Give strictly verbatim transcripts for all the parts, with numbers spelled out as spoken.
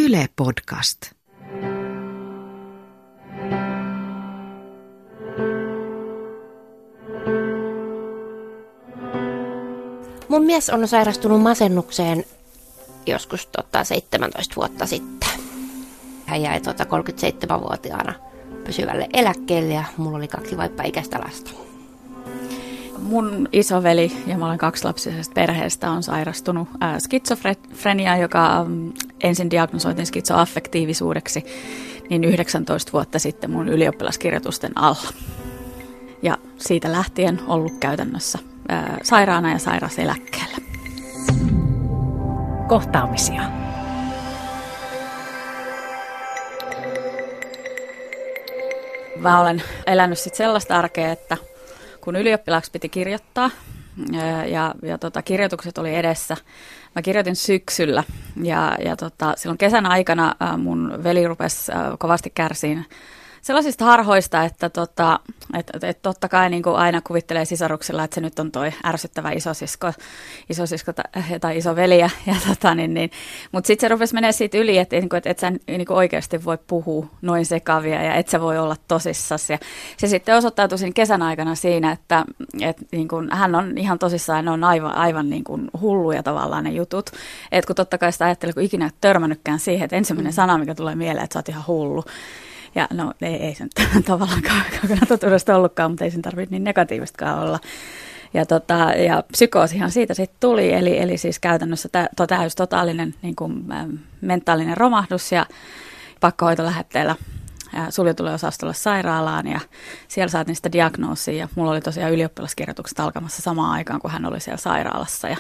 Yle Podcast. Mun mies on sairastunut masennukseen joskus tota, seitsemäntoista vuotta sitten. Hän jäi tota, kolmekymmentäseitsemänvuotiaana pysyvälle eläkkeelle ja mulla oli kaksi vaippaikäistä lasta. Mun isoveli, ja mä olen kaksilapsisesta perheestä, on sairastunut ää, skitsofreniaan, joka äm, ensin diagnosoitiin skitsoaffektiivisuudeksi niin yhdeksäntoista vuotta sitten mun ylioppilaskirjoitusten alla. Ja siitä lähtien ollut käytännössä ää, sairaana ja sairauseläkkeellä. Kohtaamisia. Mä olen elänyt sit sellaista arkea, että kun ylioppilaaksi piti kirjoittaa ja, ja, ja tota, kirjoitukset oli edessä, mä kirjoitin syksyllä ja, ja tota, silloin kesän aikana ä, mun veli rupesi ä, kovasti kärsiin sellaisista harhoista, että tota, et, et, et totta kai niin kuin aina kuvittelee sisaruksilla, että se nyt on toi ärsyttävä isosisko, isosisko tai isoveli. Ja, ja tota, niin, niin. Mutta sitten se rupesi menee siitä yli, että et, et sä niin kuin oikeasti voi puhua noin sekavia ja et sä voi olla tosissasi. Ja se sitten osoittautui siinä kesän aikana siinä, että et, niin kuin, hän on ihan tosissaan, ne on aivan, aivan niin kuin hulluja tavallaan ne jutut. Että kun totta kai sitä ajattelee, kun ikinä törmännytkään siihen, että ensimmäinen sana, mikä tulee mieleen, että sä oot ihan hullu. Ja no ei, ei se nyt tavallaan kaukana totuudesta ollutkaan, mutta ei sen tarvitse niin negatiivistakaan olla. Ja, tota, ja psykoosihan siitä sitten tuli, eli, eli siis käytännössä tä, to, täys totaalinen niin kuin, ä, mentaalinen romahdus ja pakkohoitolähetteellä suljetulle osastolle sairaalaan. Ja siellä saatiin sitä diagnoosia ja mulla oli tosiaan ylioppilaskirjoitukset alkamassa samaan aikaan, kun hän oli siellä sairaalassa. Ja,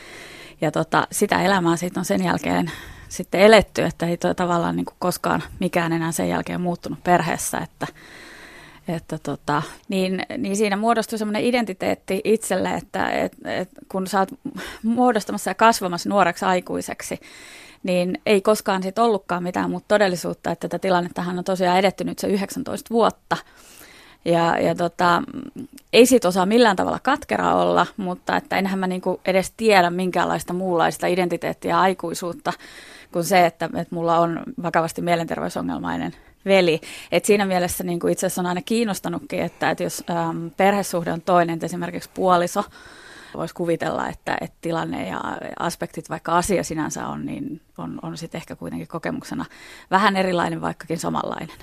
ja tota, sitä elämää siitä on sen jälkeen sitten eletty, että ei tavallaan niin kuin koskaan mikään enää sen jälkeen muuttunut perheessä, että, että tota, niin, niin siinä muodostui semmoinen identiteetti itselle, että et, et, kun sä oot muodostamassa ja kasvamassa nuoreksi aikuiseksi, niin ei koskaan sit ollutkaan mitään muuta todellisuutta, että tätä tilannettahan on tosiaan edetty nyt se yhdeksäntoista vuotta. Ja, ja tota, ei siitä osaa millään tavalla katkera olla, mutta että enhän mä niinku edes tiedä minkäänlaista muunlaista identiteettiä ja aikuisuutta kuin se, että, että mulla on vakavasti mielenterveysongelmainen veli. Et siinä mielessä niinku itse asiassa on aina kiinnostanutkin, että, että jos äm, perhesuhde on toinen, että esimerkiksi puoliso, voisi kuvitella, että, että tilanne ja aspektit, vaikka asia sinänsä on, niin on, on sitten ehkä kuitenkin kokemuksena vähän erilainen, vaikkakin samanlainen.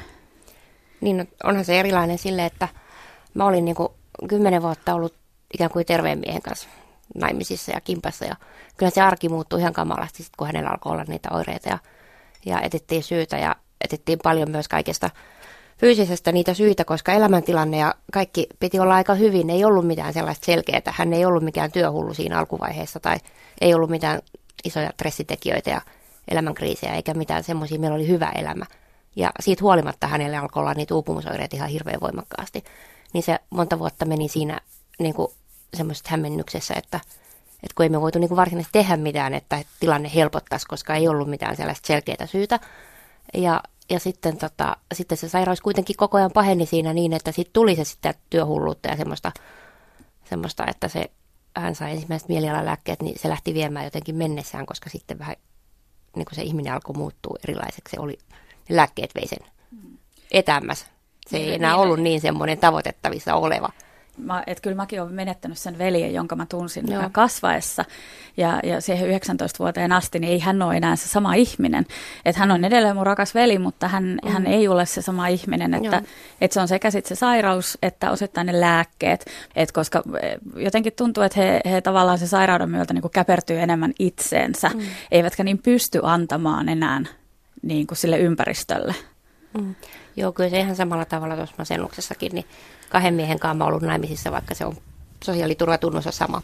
Niin onhan se erilainen sille, että mä olin niin kuin kymmenen vuotta ollut ikään kuin terveen miehen kanssa naimisissa ja kimpassa. Ja kyllä se arki muuttui ihan kamalasti, sit, kun hänellä alkoi olla niitä oireita. Ja, ja etettiin syytä ja etettiin paljon myös kaikesta fyysisestä niitä syitä, koska elämäntilanne ja kaikki piti olla aika hyvin. Ei ollut mitään sellaista selkeää. Hän ei ollut mikään työhullu siinä alkuvaiheessa tai ei ollut mitään isoja stressitekijöitä ja elämänkriisejä eikä mitään semmoisia. Meillä oli hyvä elämä. Ja siitä huolimatta hänelle alkoi olla niitä uupumusoireita ihan hirveän voimakkaasti. Niin se monta vuotta meni siinä niin kuin semmoisessa hämmennyksessä, että, että kun ei me voitu niin kuin varsinaisesti tehdä mitään, että tilanne helpottaisi, koska ei ollut mitään sellaista selkeää syytä. Ja, ja sitten, tota, sitten se sairaus kuitenkin koko ajan paheni siinä niin, että sitten tuli se sitten työhulluutta ja semmoista, semmoista, että se, hän sai ensimmäiset mielialalääkkeet, niin se lähti viemään jotenkin mennessään, koska sitten vähän niin kuin se ihminen alkoi muuttua erilaiseksi. Se oli lääkkeet vei sen etämmäs. Se ei enää ollut niin semmoinen tavoitettavissa oleva. Mä, et kyllä mäkin olen menettänyt sen veljen, jonka mä tunsin Joo. kasvaessa. Ja, ja siihen yhdeksäntoista vuoteen asti, niin ei hän ole enää se sama ihminen. Että hän on edelleen mun rakas veli, mutta hän, mm. hän ei ole se sama ihminen. Että, että se on sekä sit se sairaus, että osittain ne lääkkeet. Et koska jotenkin tuntuu, että he, he tavallaan se sairauden myötä niin kuin käpertyy enemmän itseensä. Mm. Eivätkä niin pysty antamaan enää niin kuin sille ympäristölle. Mm. Joo, kyllä se ihan samalla tavalla tuossa masennuksessakin, niin kahden miehen kanssa mä oon ollut naimisissa, vaikka se on sosiaaliturvatunnus on sama.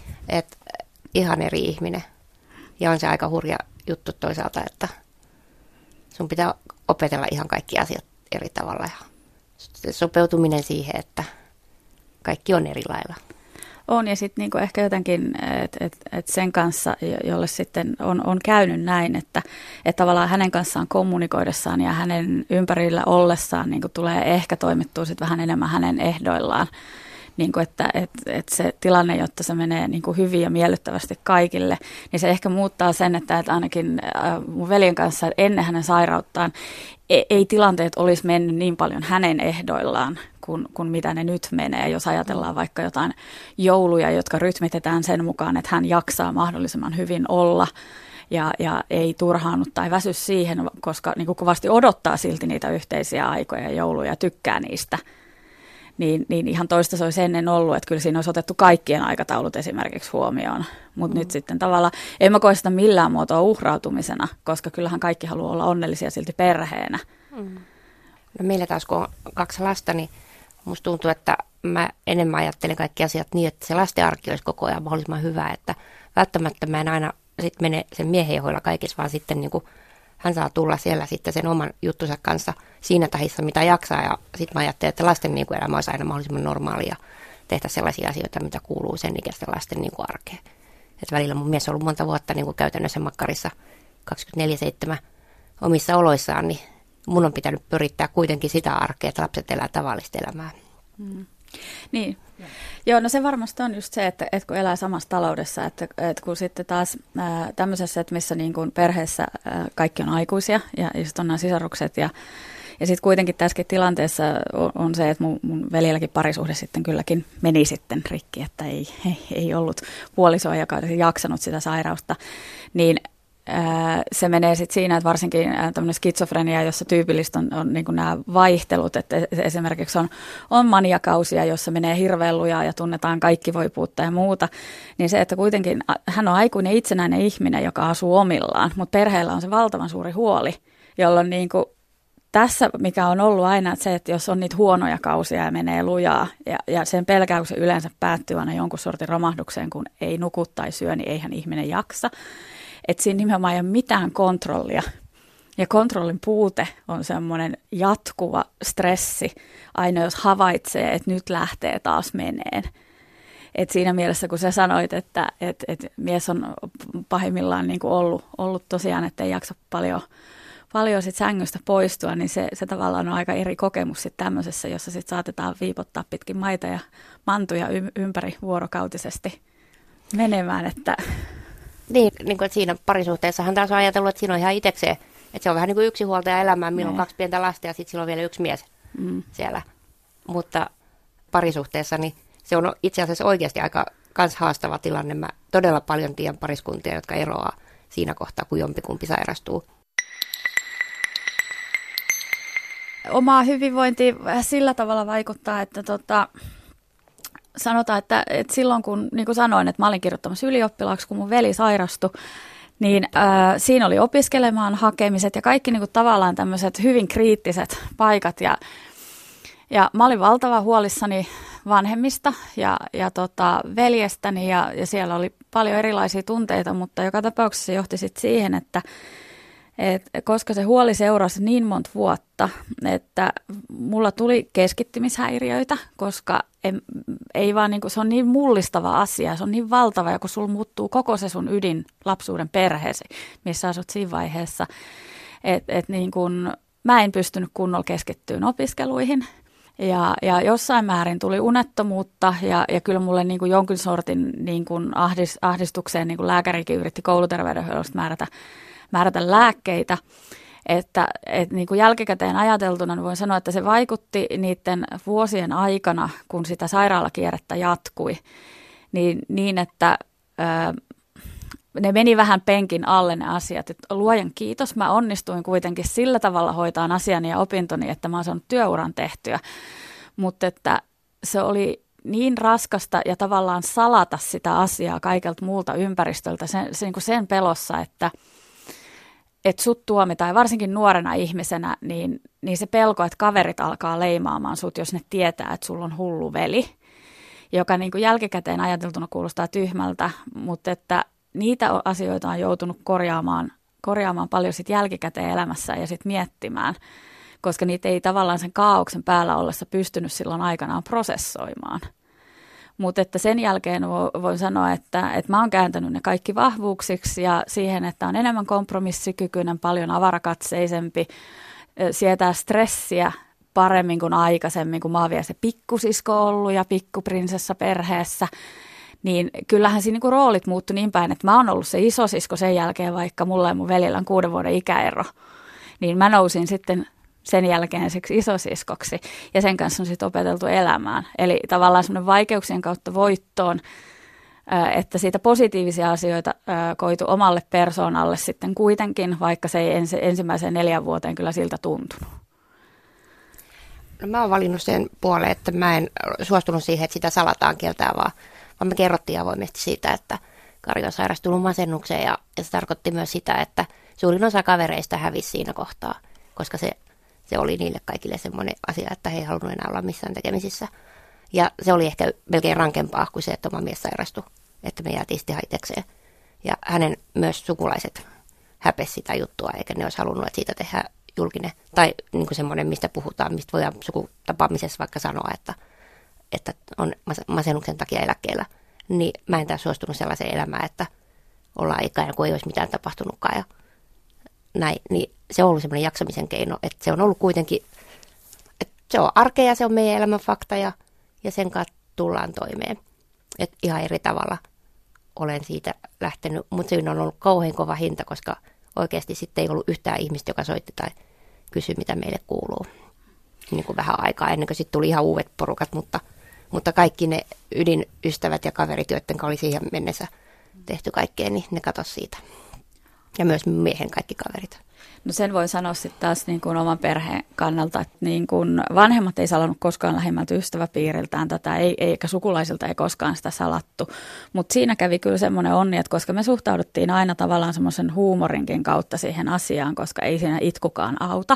Et ihan eri ihminen. Ja on se aika hurja juttu toisaalta, että sun pitää opetella ihan kaikki asiat eri tavalla. Ja se sopeutuminen siihen, että kaikki on eri lailla. On, ja sitten niinku ehkä jotenkin, että et, et sen kanssa, jolle sitten on, on käynyt näin, että et tavallaan hänen kanssaan kommunikoidessaan ja hänen ympärillä ollessaan niinku tulee ehkä toimittua sitten vähän enemmän hänen ehdoillaan. niin kuin että, että, että se tilanne, jotta se menee niin kuin hyvin ja miellyttävästi kaikille, niin se ehkä muuttaa sen, että, että ainakin mun veljen kanssa ennen hänen sairauttaan ei, ei tilanteet olisi mennyt niin paljon hänen ehdoillaan kuin, kuin mitä ne nyt menee. Jos ajatellaan vaikka jotain jouluja, jotka rytmitetään sen mukaan, että hän jaksaa mahdollisimman hyvin olla ja, ja ei turhaannut tai väsy siihen, koska niin kuin kovasti odottaa silti niitä yhteisiä aikoja ja jouluja ja tykkää niistä. Niin, niin ihan toista se olisi ennen ollut, että kyllä siinä olisi otettu kaikkien aikataulut esimerkiksi huomioon. Mutta mm. nyt sitten tavallaan, en mä koe sitä millään muotoa uhrautumisena, koska kyllähän kaikki haluaa olla onnellisia silti perheenä. Mm. No meillä taas kun on kaksi lasta, niin musta tuntuu, että mä enemmän ajattelen kaikki asiat niin, että se lasten arki olisi koko ajan mahdollisimman hyvä. Että välttämättä mä en aina sit mene sen miehen hoilla kaikissa, vaan sitten niin kuin hän saa tulla siellä sitten sen oman juttunsa kanssa siinä tahissa, mitä jaksaa. Ja sitten mä ajattelen, että lasten niin kuin elämä olisi aina mahdollisimman normaalia ja tehdä sellaisia asioita, mitä kuuluu sen ikäisten lasten niin kuin arkeen. Et välillä mun mies on ollut monta vuotta niin kuin käytännössä makkarissa kaksikymmentäneljä seitsemän omissa oloissaan, niin mun on pitänyt pyrittää kuitenkin sitä arkea, että lapset elää tavallista elämää. Mm. Niin. Ja. Joo, no se varmasti on just se, että, että kun elää samassa taloudessa, että, että kun sitten taas ää, tämmöisessä, että missä niin kuin perheessä ää, kaikki on aikuisia ja, ja sitten on nämä sisarukset ja, ja sitten kuitenkin tässäkin tilanteessa on, on se, että mun, mun veljelläkin parisuhde sitten kylläkin meni sitten rikki, että ei, ei, ei ollut puolisoa, joka olisi jaksanut sitä sairausta, niin se menee sitten siinä, että varsinkin tämmöinen skitsofrenia, jossa tyypillistä on, on niin kuin nämä vaihtelut, että esimerkiksi on, on maniakausia, jossa menee hirveän lujaa ja tunnetaan kaikki voipuutta ja muuta, niin se, että kuitenkin hän on aikuinen itsenäinen ihminen, joka asuu omillaan, mutta perheellä on se valtavan suuri huoli, jolloin niin kuin tässä, mikä on ollut aina, että se, että jos on niitä huonoja kausia ja menee lujaa ja, ja sen pelkäyksen yleensä päättyy aina jonkun sortin romahdukseen, kun ei nuku tai syö, niin eihän ihminen jaksa. Että siinä nimenomaan ei ole mitään kontrollia. Ja kontrollin puute on semmoinen jatkuva stressi, aina jos havaitsee, että nyt lähtee taas meneen. Et siinä mielessä, kun sä sanoit, että et, et mies on pahimmillaan niin kuin ollut, ollut tosiaan, että ei jaksa paljon, paljon sit sängystä poistua, niin se, se tavallaan on aika eri kokemus sit tämmöisessä, jossa sit saatetaan viipottaa pitkin maita ja mantuja ympäri vuorokautisesti menemään, että Niin, niin kuin, että siinä parisuhteessahan taas on ajatellut, että siinä on ihan itsekseen, että se on vähän niin kuin yksinhuoltaja elämää, milloin on kaksi pientä lasta ja sitten sillä on vielä yksi mies mm. siellä. Mutta parisuhteessa niin se on itse asiassa oikeasti aika kans haastava tilanne. Mä todella paljon tiedän pariskuntia, jotka eroaa siinä kohtaa, kun jompikumpi sairastuu. Omaa hyvinvointiin sillä tavalla vaikuttaa, että tota, sanotaan, että, että silloin kun, niin kuin sanoin, että mä olin kirjoittamassa ylioppilaaksi, kun mun veli sairastui, niin ää, siinä oli opiskelemaan hakemiset ja kaikki niin kuin tavallaan tämmöiset hyvin kriittiset paikat. Ja, ja mä olin valtavan huolissani vanhemmista ja, ja tota, veljestäni ja, ja siellä oli paljon erilaisia tunteita, mutta joka tapauksessa se johti sitten siihen, että Et koska se huoli seurasi niin monta vuotta, että mulla tuli keskittymishäiriöitä, koska en, ei vaan niin kuin, se on niin mullistava asia, se on niin valtava, ja kun sulla muuttuu koko se sun ydin lapsuuden perheesi, missä asut siinä vaiheessa, että et niin kuin, mä en pystynyt kunnolla keskittyyn opiskeluihin. Ja, ja jossain määrin tuli unettomuutta ja, ja kyllä mulle niin kuin jonkin sortin niin kuin ahdis, ahdistukseen niin kuin lääkärikin yritti kouluterveydenhuollosta määrätä määrätä lääkkeitä, että, että niin kuin jälkikäteen ajateltuna niin voin sanoa, että se vaikutti niiden vuosien aikana, kun sitä sairaalakierrettä jatkui, niin, niin että ää, ne meni vähän penkin alle ne asiat. Että luojan kiitos, mä onnistuin kuitenkin sillä tavalla hoitaan asiani ja opintoni, että mä oon saanut työuran tehtyä, mutta että se oli niin raskasta ja tavallaan salata sitä asiaa kaikelta muulta ympäristöltä sen, sen, sen pelossa, että että sut tuomitaan, varsinkin nuorena ihmisenä, niin, niin se pelko, että kaverit alkaa leimaamaan sut, jos ne tietää, että sulla on hullu veli, joka niin kuin jälkikäteen ajateltuna kuulostaa tyhmältä, mutta että niitä asioita on joutunut korjaamaan, korjaamaan paljon sit jälkikäteen elämässä ja sit miettimään, koska niitä ei tavallaan sen kaaoksen päällä ollessa pystynyt silloin aikanaan prosessoimaan. Mutta että sen jälkeen voin sanoa, että, että mä oon kääntänyt ne kaikki vahvuuksiksi ja siihen, että on enemmän kompromissikykyinen, paljon avarakatseisempi, sietää stressiä paremmin kuin aikaisemmin, kun mä oon vielä se pikkusisko ollut ja pikkuprinsessa perheessä. Niin kyllähän siinä niinku roolit muuttui niin päin, että mä oon ollut se isosisko sen jälkeen, vaikka mulla ja mun veljellä on kuuden vuoden ikäero. Niin mä nousin sitten sen jälkeiseksi isosiskoksi ja sen kanssa on sitten opeteltu elämään. Eli tavallaan semmoinen vaikeuksien kautta voittoon, että siitä positiivisia asioita koitu omalle persoonalle sitten kuitenkin, vaikka se ei ensi, ensimmäiseen neljän vuoteen kyllä siltä tuntunut. No mä oon valinnut sen puoleen, että mä en suostunut siihen, että sitä salataan kieltää, vaan, vaan me kerrottiin avoimesti siitä, että Kari on sairastunut masennukseen ja, ja se tarkoitti myös sitä, että suurin osa kavereista hävisi siinä kohtaa, koska se, se oli niille kaikille semmoinen asia, että he ei halunnut enää olla missään tekemisissä. Ja se oli ehkä melkein rankempaa kuin se, että oma mies sairastui, että me jäätiin sitten haitekseen. Ja hänen myös sukulaiset häpesi sitä juttua, eikä ne olisi halunnut, että siitä tehdään julkinen. Tai niin kuin semmoinen, mistä puhutaan, mistä voidaan sukutapaamisessa vaikka sanoa, että, että on masennuksen takia eläkkeellä. Niin mä en taas suostunut sellaiseen elämään, että ollaan ikään kuin ei olisi mitään tapahtunutkaan. Ja näin, niin se on ollut semmoinen jaksamisen keino, että se on ollut kuitenkin, että se on arkea, se on meidän elämän fakta ja, ja sen kanssa tullaan toimeen. Että ihan eri tavalla olen siitä lähtenyt, mutta siinä on ollut kauhean kova hinta, koska oikeasti sitten ei ollut yhtään ihmistä, joka soitti tai kysyi, mitä meille kuuluu. Niin kuin vähän aikaa ennen kuin sitten tuli ihan uudet porukat, mutta, mutta kaikki ne ydinystävät ja kaverit, joiden oli siihen mennessä tehty kaikkea, niin ne katosi siitä. Ja myös miehen kaikki kaverit. No sen voi sanoa sitten taas niin kuin oman perheen kannalta, että niin kuin vanhemmat ei salannut koskaan lähimmältä ystäväpiiriltään tätä, ei, eikä sukulaisilta ei koskaan sitä salattu. Mutta siinä kävi kyllä semmoinen onni, että koska me suhtauduttiin aina tavallaan semmoisen huumorinkin kautta siihen asiaan, koska ei siinä itkukaan auta,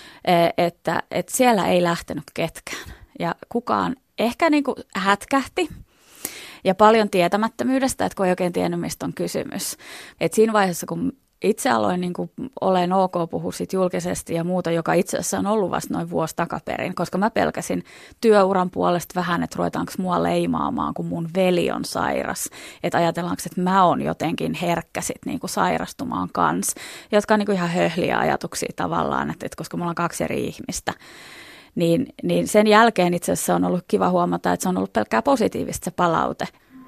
että, että siellä ei lähtenyt ketkään. Ja kukaan ehkä niin kuin hätkähti. Ja paljon tietämättömyydestä, että kun ei oikein tiennyt, mistä on kysymys. Et siinä vaiheessa, kun itse aloin niin kuin olen ok puhua sit julkisesti ja muuta, joka itse asiassa on ollut vasta noin vuosi takaperin, koska mä pelkäsin työuran puolesta vähän, että ruvetaanko mua leimaamaan, kun mun veli on sairas. Että ajatellaanko, että mä oon jotenkin herkkä sit niin kuin sairastumaan kanssa, jotka on niin kuin ihan höhliä ajatuksia tavallaan, että, että koska mulla on kaksi eri ihmistä. Niin, niin sen jälkeen itse asiassa on ollut kiva huomata, että se on ollut pelkkää positiivista se palaute.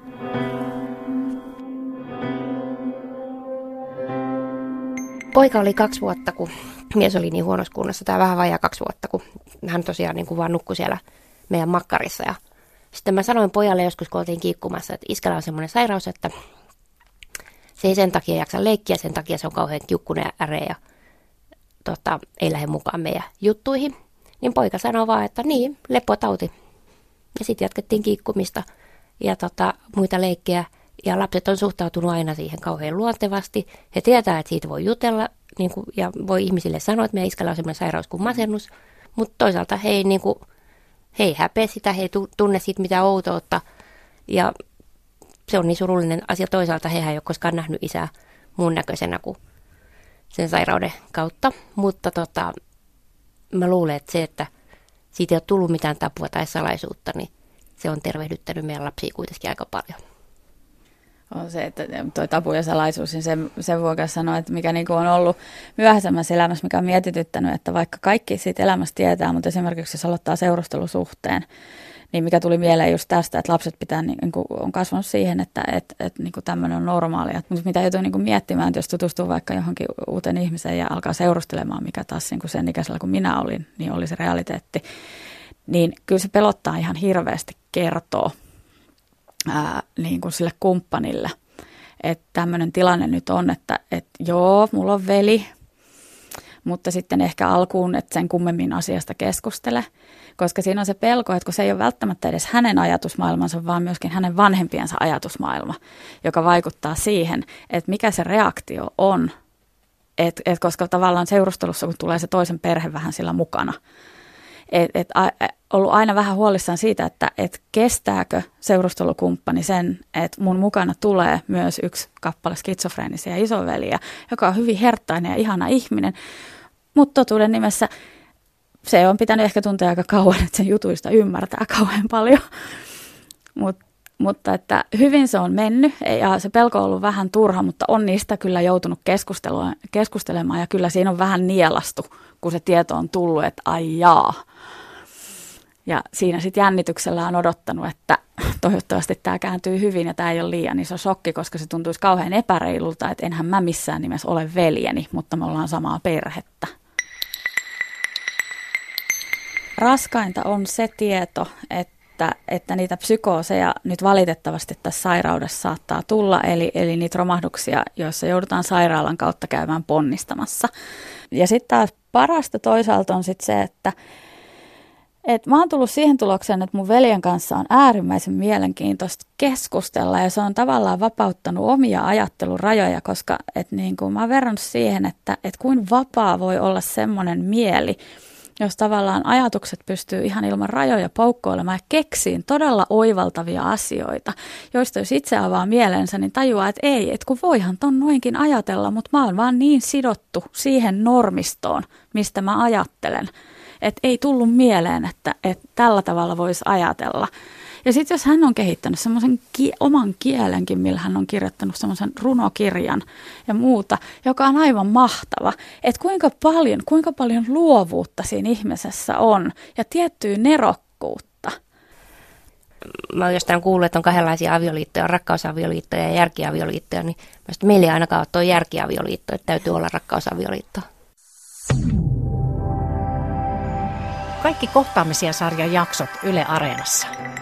Poika oli kaksi vuotta, kun mies oli niin huonossa kunnossa, tai vähän vajaa kaksi vuotta, kun hän tosiaan niin kuin vaan nukkui siellä meidän makkarissa. Ja sitten mä sanoin pojalle joskus, kun oltiin kiikkumassa, että iskällä on semmoinen sairaus, että se ei sen takia jaksa leikkiä, sen takia se on kauhean kiukkunen ja äreä ja tota, ei lähde mukaan meidän juttuihin. Niin poika sanoi vaan, että niin, lepotauti. Ja sitten jatkettiin kiikkumista ja tota, muita leikkejä. Ja lapset on suhtautunut aina siihen kauhean luontevasti. He tietää, että siitä voi jutella niin kuin, ja voi ihmisille sanoa, että meidän iskällä on sellainen sairaus kuin masennus. Mutta toisaalta he ei, niin kuin, he ei häpeä sitä, he ei tunne siitä mitään outoutta. Ja se on niin surullinen asia. Toisaalta he ei ole koskaan nähnyt isää muun näköisenä kuin sen sairauden kautta. Mutta tota, mä luulen, että se, että siitä ei ole tullut mitään tapua tai salaisuutta, niin se on tervehdyttänyt meidän lapsia kuitenkin aika paljon. On se, että tuo tabu ja salaisuus, niin sen, sen voi sanoa, että mikä niin kuin on ollut myöhäisemmässä elämässä, mikä on mietityttänyt, että vaikka kaikki siitä elämästä tietää, mutta esimerkiksi jos aloittaa seurustelusuhteen, niin mikä tuli mieleen just tästä, että lapset pitää, niin kuin, on kasvanut siihen, että, että, että niin kuin tämmöinen on normaalia. Mutta mitä joutuu niin kuin miettimään, että jos tutustuu vaikka johonkin uuteen ihmiseen ja alkaa seurustelemaan, mikä taas niin kuin sen ikäisellä kuin minä olin, niin oli se realiteetti, niin kyllä se pelottaa ihan hirveästi kertoa ää, niin kuin sille kumppanille, että tämmöinen tilanne nyt on, että, että joo, mulla on veli, mutta sitten ehkä alkuun, että sen kummemmin asiasta keskustele, koska siinä on se pelko, että kun se ei ole välttämättä edes hänen ajatusmaailmansa, vaan myöskin hänen vanhempiensa ajatusmaailma, joka vaikuttaa siihen, että mikä se reaktio on, et, et koska tavallaan seurustelussa, kun tulee se toisen perhe vähän sillä mukana, että et, ollut aina vähän huolissaan siitä, että et kestääkö seurustelukumppani sen, että mun mukana tulee myös yksi kappale skitsofreenisia isoveliä, joka on hyvin herttainen ja ihana ihminen, mutta totuuden nimessä se on pitänyt ehkä tuntea aika kauan, että sen jutuista ymmärtää kauhean paljon, Mut, mutta että hyvin se on mennyt ja se pelko on ollut vähän turha, mutta on niistä kyllä joutunut keskustelemaan ja kyllä siinä on vähän nielastu kun se tieto on tullut, että ai jaa. Ja siinä sitten jännityksellä on odottanut, että toivottavasti tämä kääntyy hyvin ja tämä ei ole liian iso shokki, koska se tuntuisi kauhean epäreilulta, että enhän mä missään nimessä ole veljeni, mutta me ollaan samaa perhettä. Raskainta on se tieto, että, että niitä psykooseja nyt valitettavasti tässä sairaudessa saattaa tulla, eli, eli niitä romahduksia, joissa joudutaan sairaalan kautta käymään ponnistamassa. Ja sitten taas parasta toisaalta on sitten se, että et mä oon tullut siihen tulokseen, että mun veljen kanssa on äärimmäisen mielenkiintoista keskustella ja se on tavallaan vapauttanut omia ajattelurajoja, koska et niin kuin mä oon verrannut siihen, että et kuin vapaa voi olla semmoinen mieli, jos tavallaan ajatukset pystyy ihan ilman rajoja poukkoilemaan ja keksiin todella oivaltavia asioita, joista jos itse avaa mielensä, niin tajuaa, että ei, että kun voihan ton noinkin ajatella, mutta mä oon vaan niin sidottu siihen normistoon, mistä mä ajattelen. Että ei tullut mieleen, että, että tällä tavalla voisi ajatella. Ja sitten jos hän on kehittänyt semmoisen ki- oman kielenkin, millä hän on kirjoittanut semmoisen runokirjan ja muuta, joka on aivan mahtava, että kuinka paljon, kuinka paljon luovuutta siinä ihmisessä on ja tiettyä nerokkuutta. Mä oon jostain kuullut, että on kahdenlaisia avioliittoja, on rakkausavioliittoja ja järkiavioliittoja, niin meillä ei ainakaan ole tuo järkiavioliitto, että täytyy olla rakkausavioliitto. Kaikki Kohtaamisia-sarjan jaksot Yle Areenassa.